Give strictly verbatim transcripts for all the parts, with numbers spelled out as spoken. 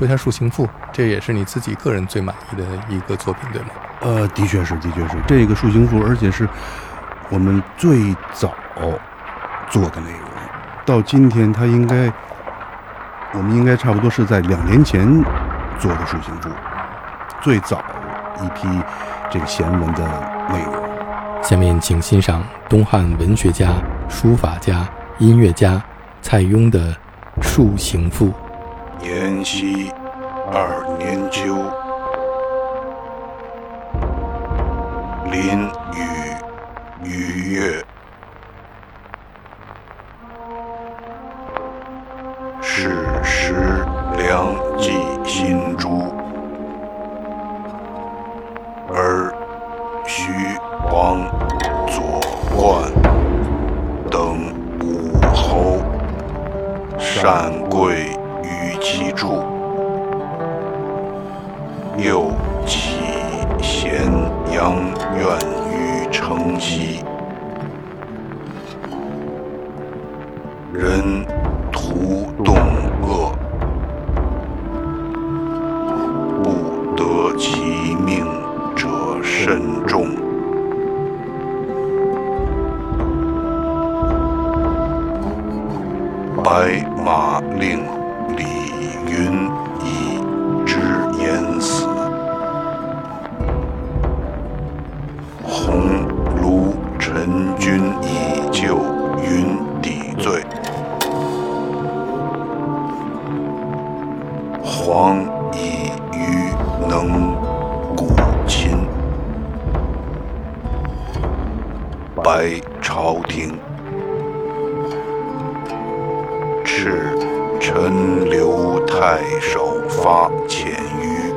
说一下《树形赋》，这也是你自己个人最满意的一个作品，对吗？ 呃，的确是，的确是这个《树形赋》，而且是我们最早做的内容。到今天，它应该，我们应该差不多是在两年前做的《树形赋》，最早一批这个贤文的内容。 下面请欣赏东汉文学家、书法家、音乐家蔡邕的《树形赋》。 延禧二年秋，霖雨逾越，是时良计新诸，而徐王、左冠等武侯善贵于其柱，又起咸阳院于城西，人徒动恶，不得其命者甚众。白马令李云以之淹死，鸿胪陈君以救云抵罪，黄以愚能古琴，白朝廷。敕陈留太守发遣于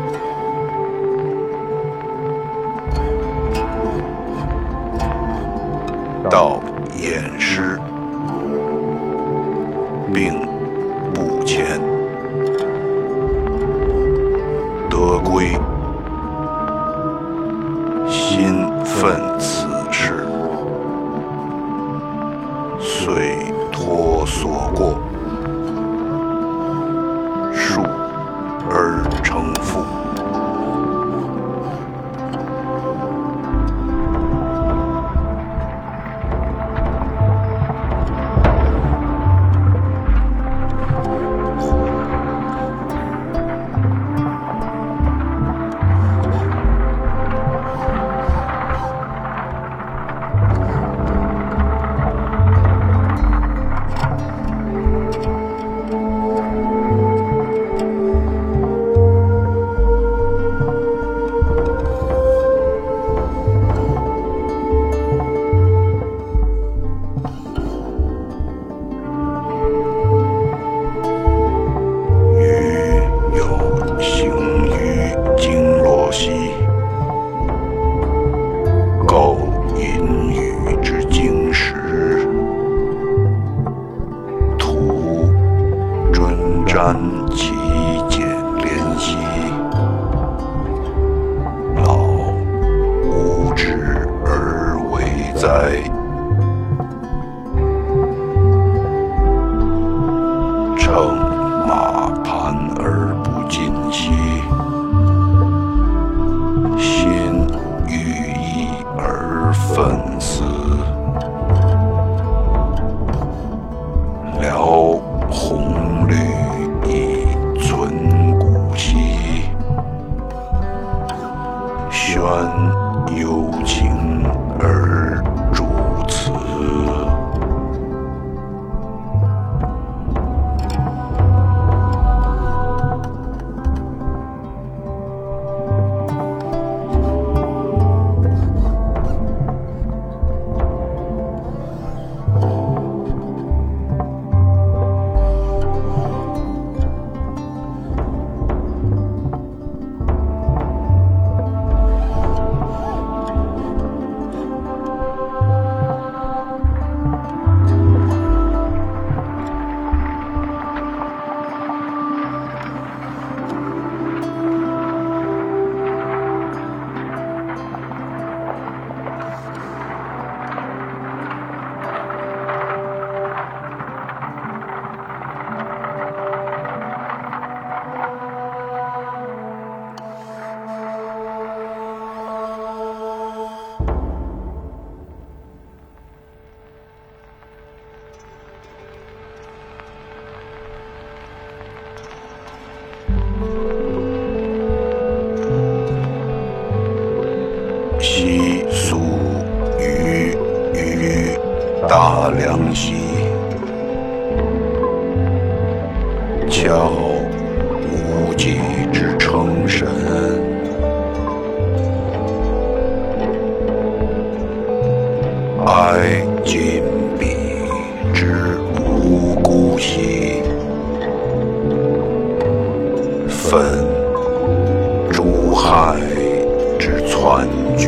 到偃师，并不前，得归，心愤此事，遂托所过，述而成赋。瞻其简怜兮，老无知而为哉。乘马盘而不进兮，心欲意而愤思。聊红绿以存古稀，宣幽情而著词。 巧无极之成神，爱金笔之无骨兮，分诸海之攒卷，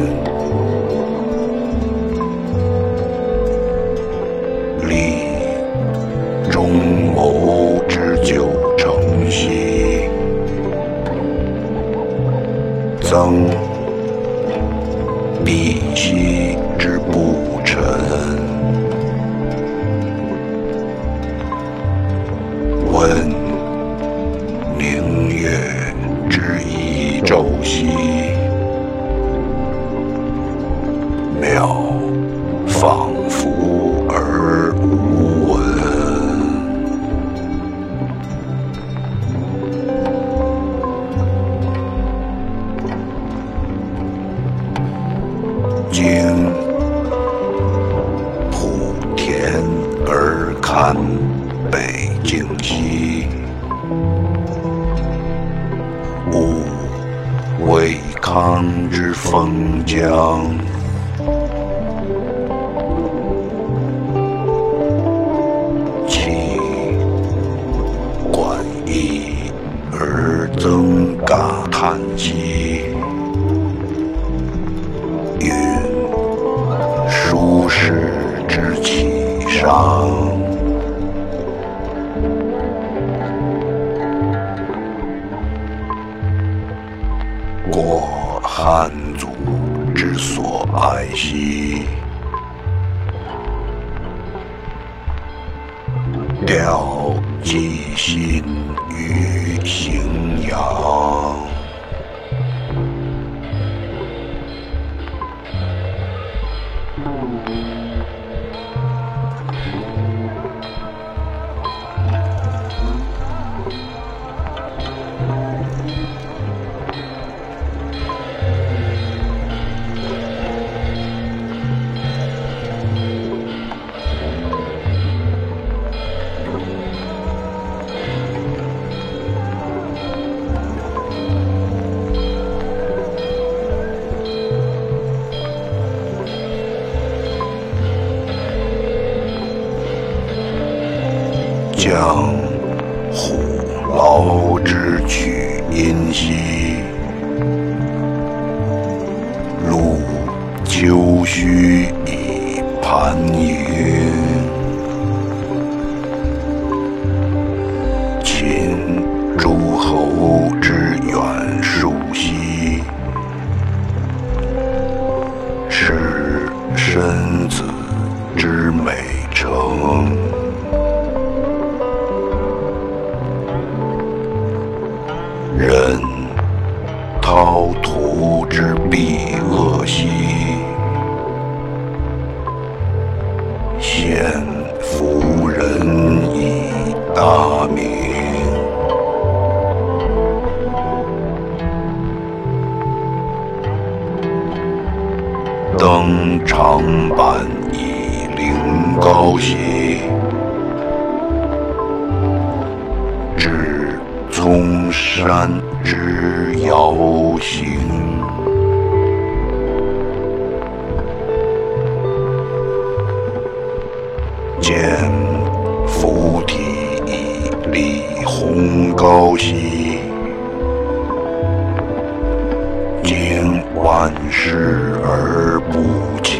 立中谋之九成兮，增碧兮之不沉，问宁月之一周兮，渺仿佛而无闻，经普天而堪北境兮，吾渭康之封疆，其观义而增尬叹兮，云舒适之其上，过汉族之所爱兮，调寄心于荥阳，将虎牢之取阴兮，陆丘须以盘云，秦诸侯之远戍兮，是申子之美城，人陶土之弊恶兮，先夫人以大名，登长板以凌高兮，至葱山之遥行，见菩提以立鸿高兮，经万世而不倾，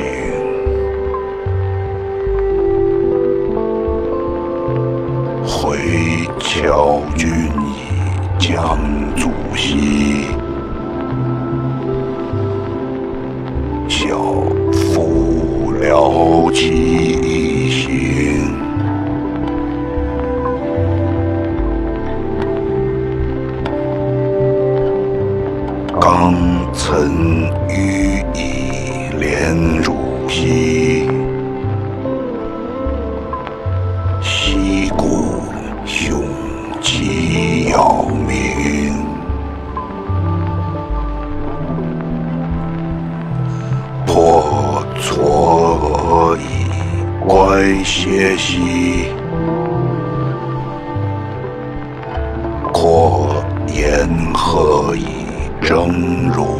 回侨君以将卒兮，小夫了其一行，刚岑予以连汝兮，息鼓雄其要命，破错以乖歇兮， 何以峥嵘？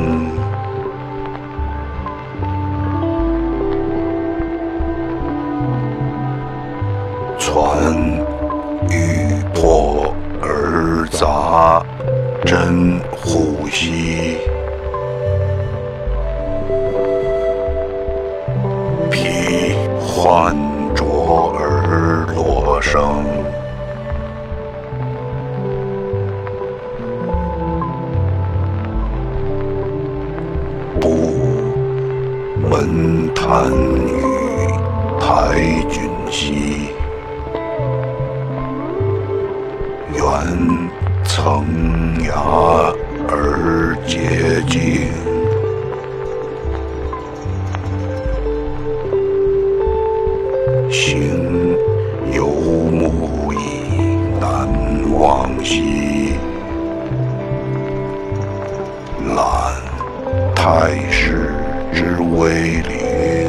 船欲破而杂，真呼吸。披幻浊而落声，不闻弹语台君兮，远层崖而洁净。行游目以难忘兮，览太史之威灵。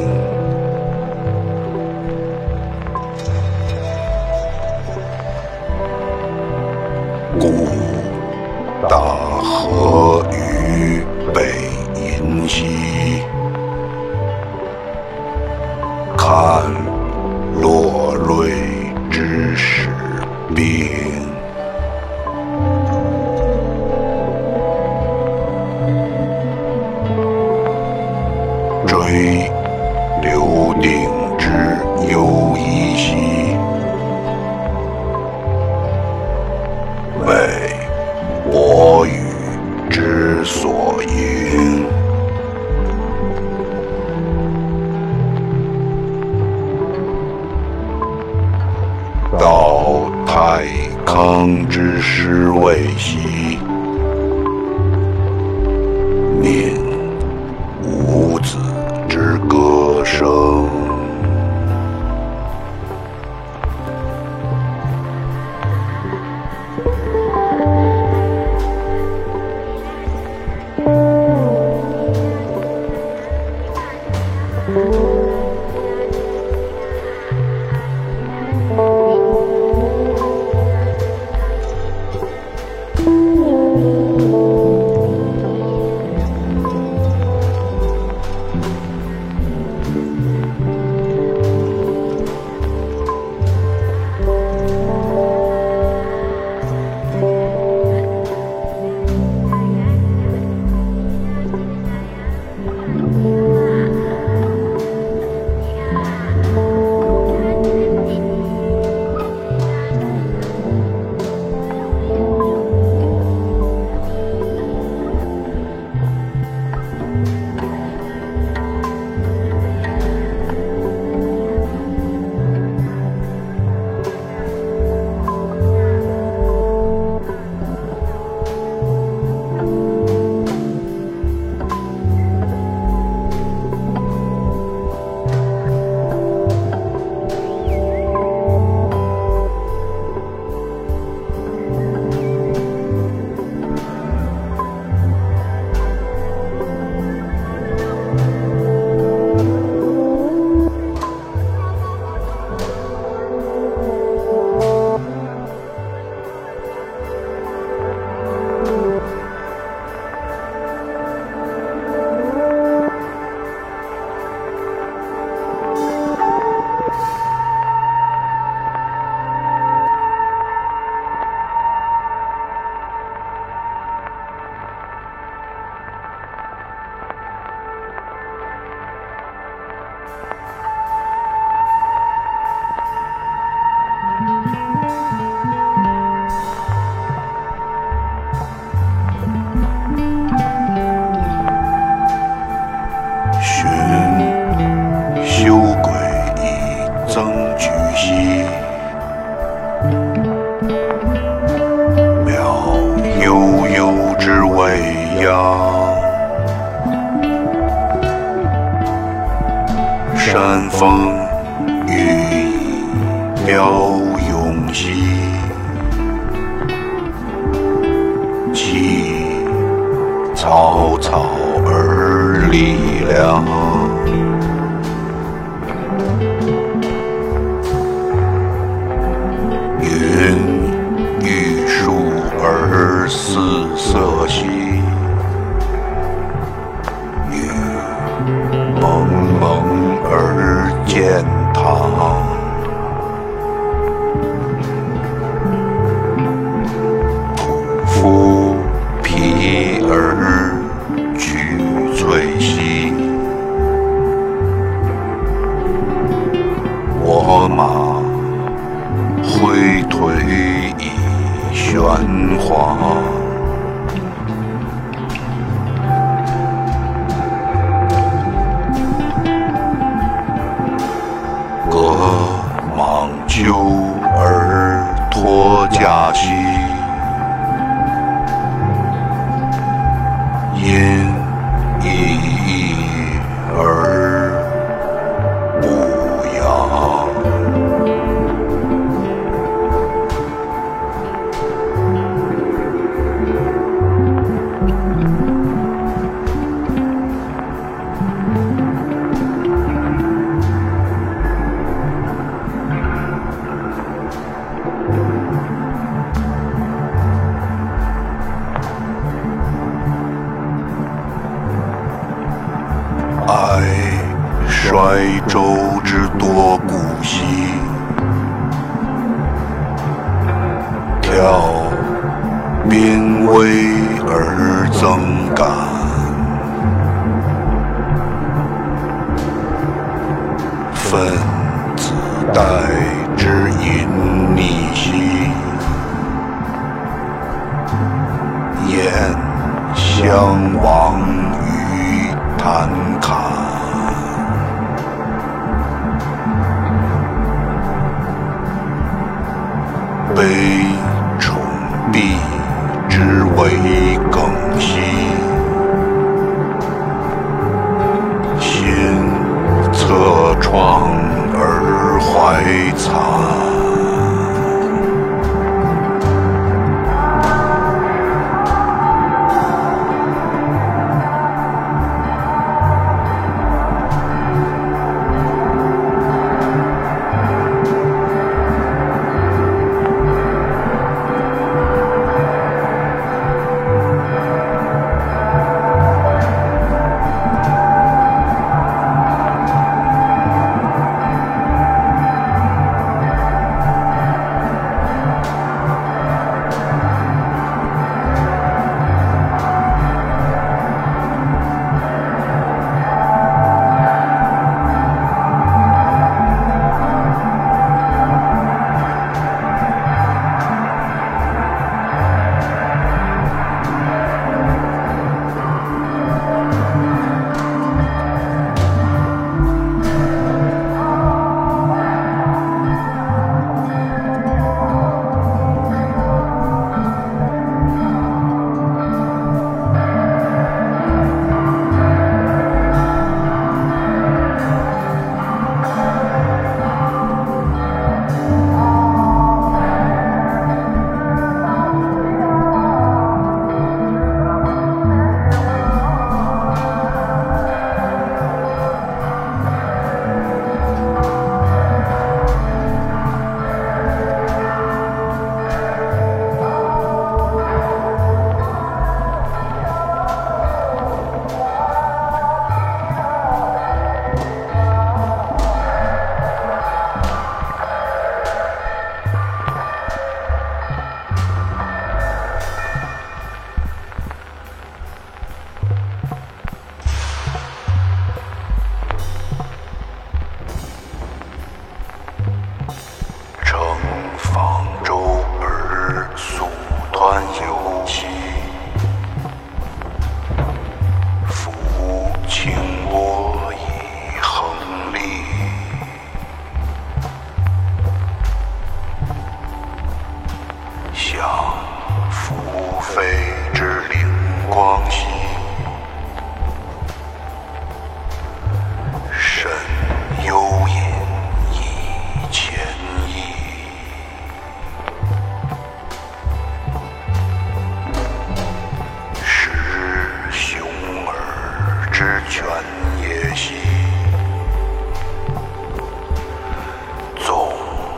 故大河于北阴兮，看落瑞之始病。追刘定之游夷兮，为我语之所应。到太康之师位兮，念伍子之歌声。山风欲以标勇兮，其草草而力量。云欲数而似色兮，月蒙蒙而见堂。夫皮而举翠兮，我马挥腿以喧哗。葛莽鸠而脱甲兮，因一翼而不扬。哀衰周之多故兮，跳濒危而增感。愤子代之隐匿兮，燕相往于谈侃。悲宠婢之为梗兮，心侧窗而怀惨。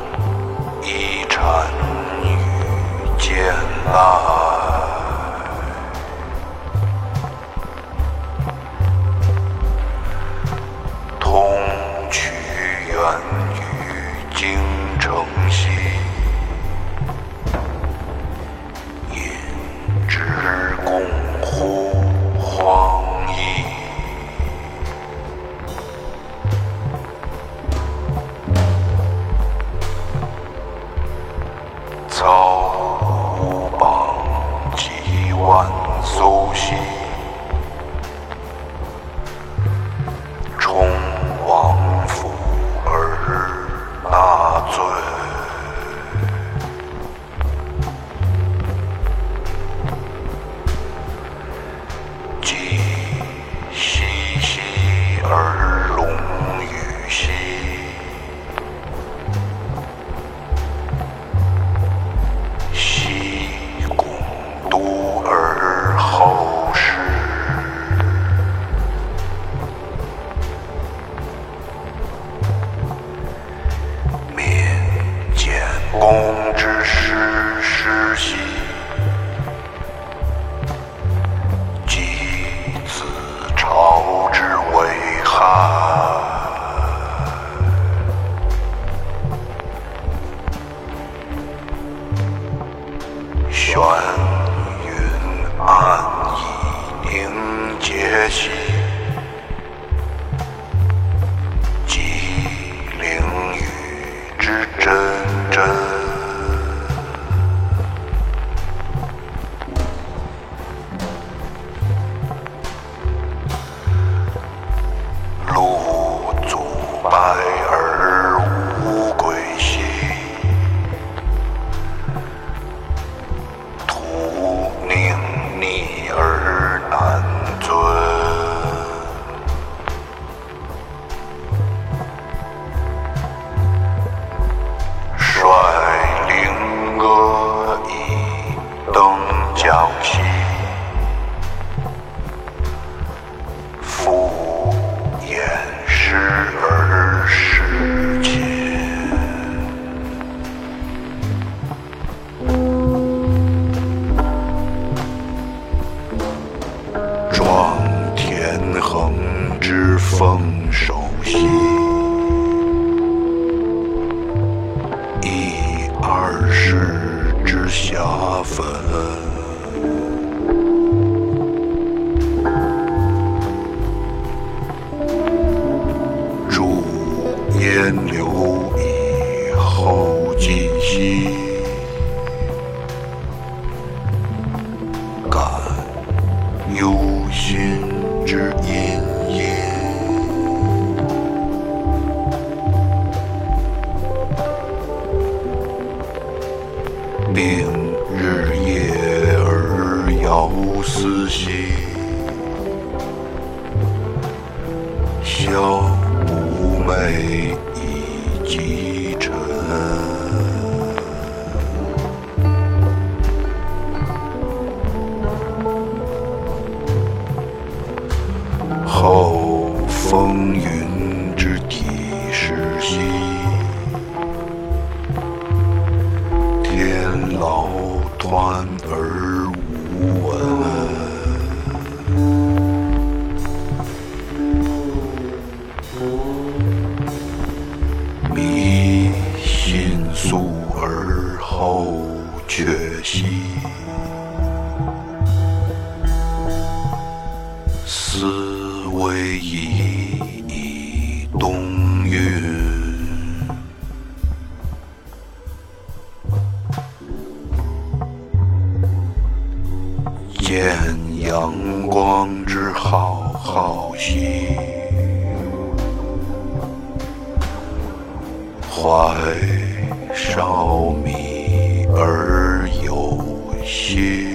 来。 苏息，冲王府而纳罪。既熙熙而龙与兮，西贡都而后世。民建公之时时兮，及子朝之为害。玄云暗以凝结兮，即灵雨之真真。路阻白而无归兮，途宁逆而难遵。率灵歌以登江兮，复掩饰而失亲。壮田横之丰收兮，一二世之下分。诸烟流以后继兮，感忧心之隐隐。并日夜而遥思兮，萧无寐以及尘。后风云之体势兮，天老湍而无闻。迷心素而后却兮，思惟以以冬运。见阳光之浩浩兮，怀少米而有兮。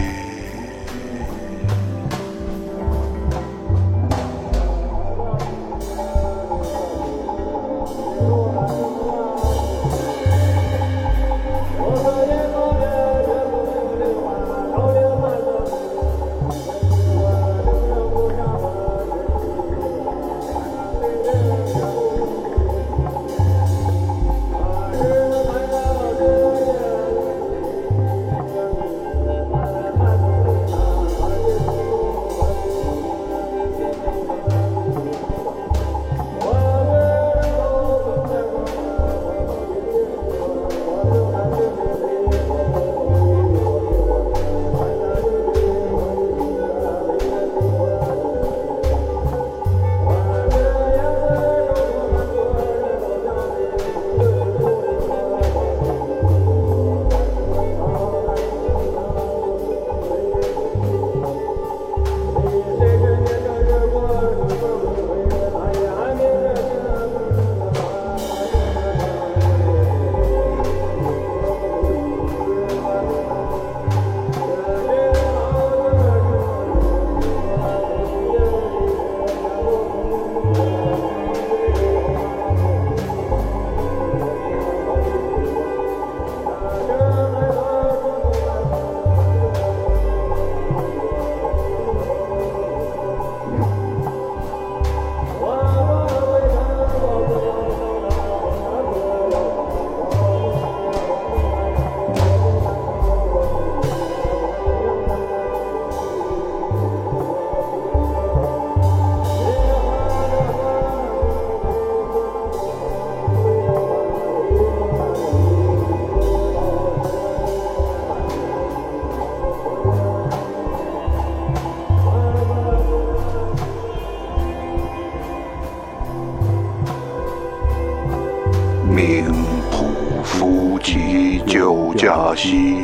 以旧家兮，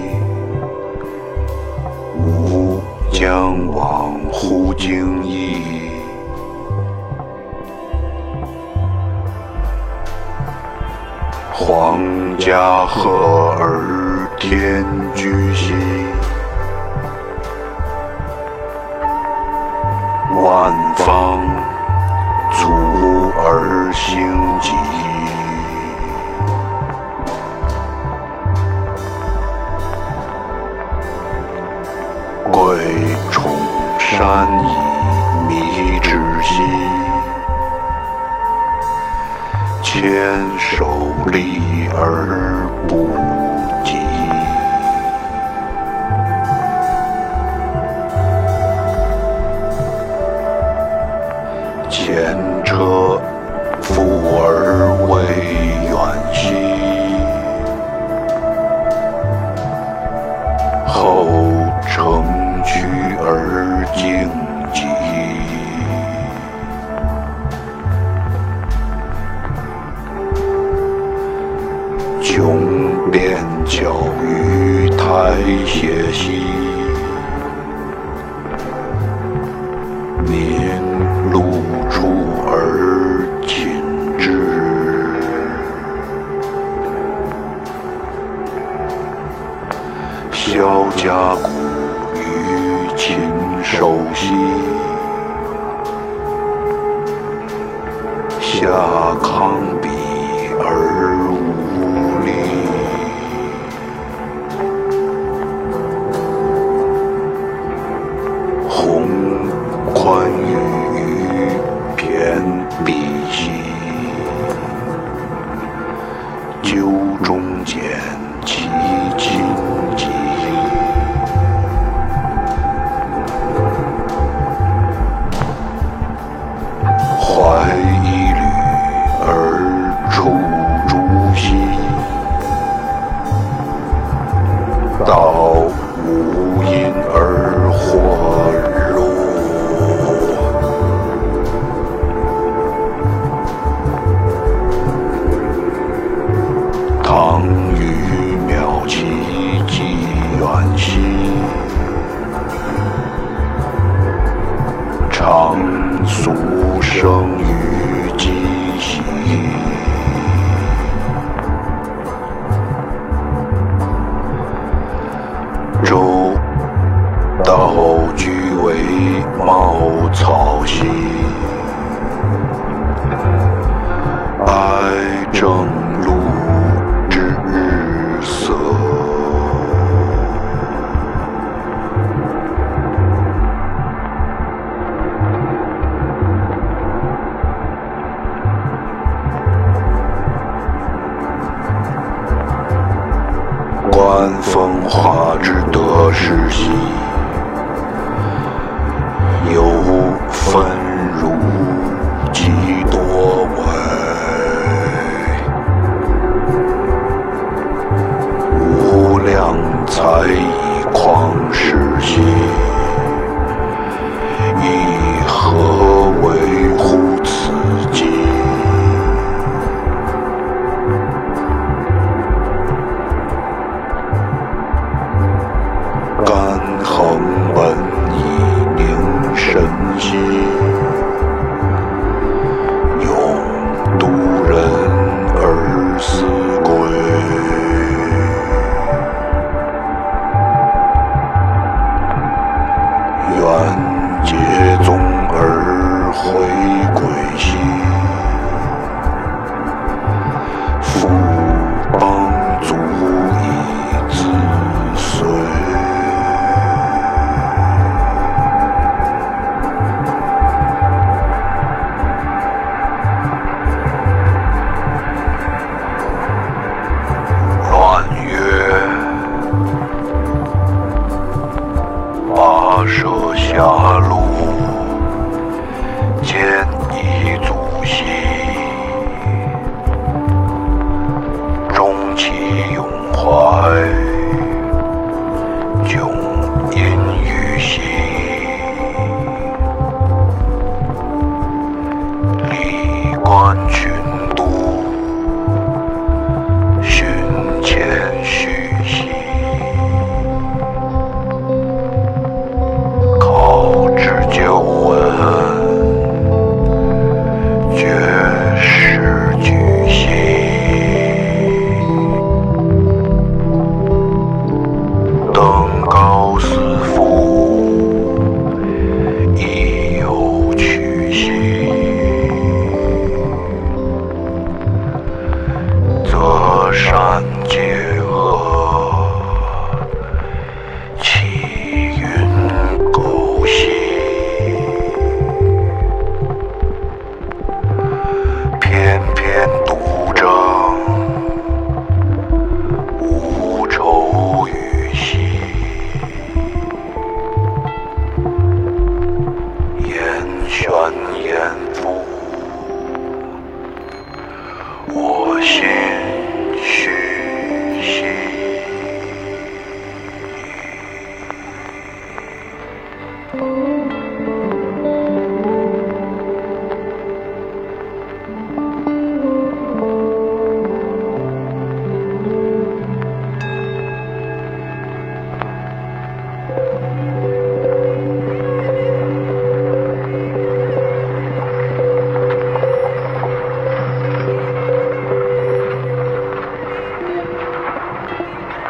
吾将往乎今矣。皇家和而天居兮，万方卒而兴己。贵崇山以弥之兮，牵手立而不及。前车覆而未远兮，后乘虚而敬己。穷变巧于台榭兮，民路出而寝之。萧家鼓于禽兽兮，下康比而无力。鸿宽裕于骈璧兮，鸠中见其亲己。怀一履而触诸兮，道无因而获辱。唐虞渺其纪远兮，常俗生于鸡兮。周道居为茂草兮，哀正路之日色。观风华之得失兮，有分如其多为。无量才以旷世兮，以何为乎此际？干衡本以凝神兮，永度人而思归。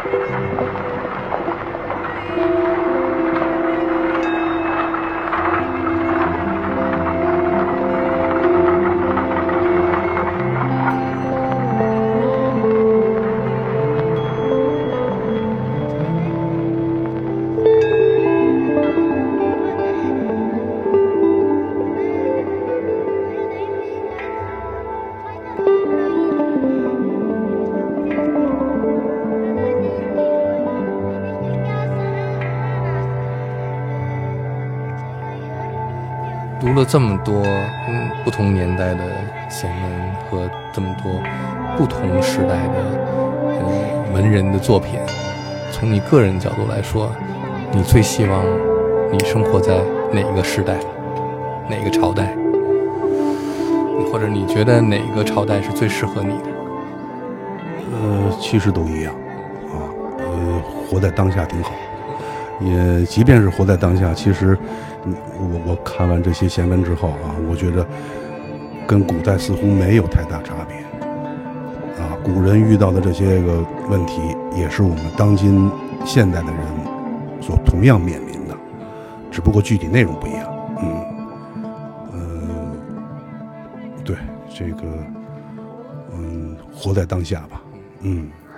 读了这么多嗯不同年代的贤文和这么多不同时代的嗯文人的作品，从你个人角度来说，你最希望你生活在哪个时代，哪个朝代，或者你觉得哪个朝代是最适合你的？ 呃，其实都一样啊，呃，活在当下挺好。也即便是活在当下，其实我我看完这些贤文之后啊，我觉得跟古代似乎没有太大差别啊。古人遇到的这些个问题，也是我们当今现代的人所同样面临的，只不过具体内容不一样。嗯，呃，对这个，嗯，活在当下吧。嗯。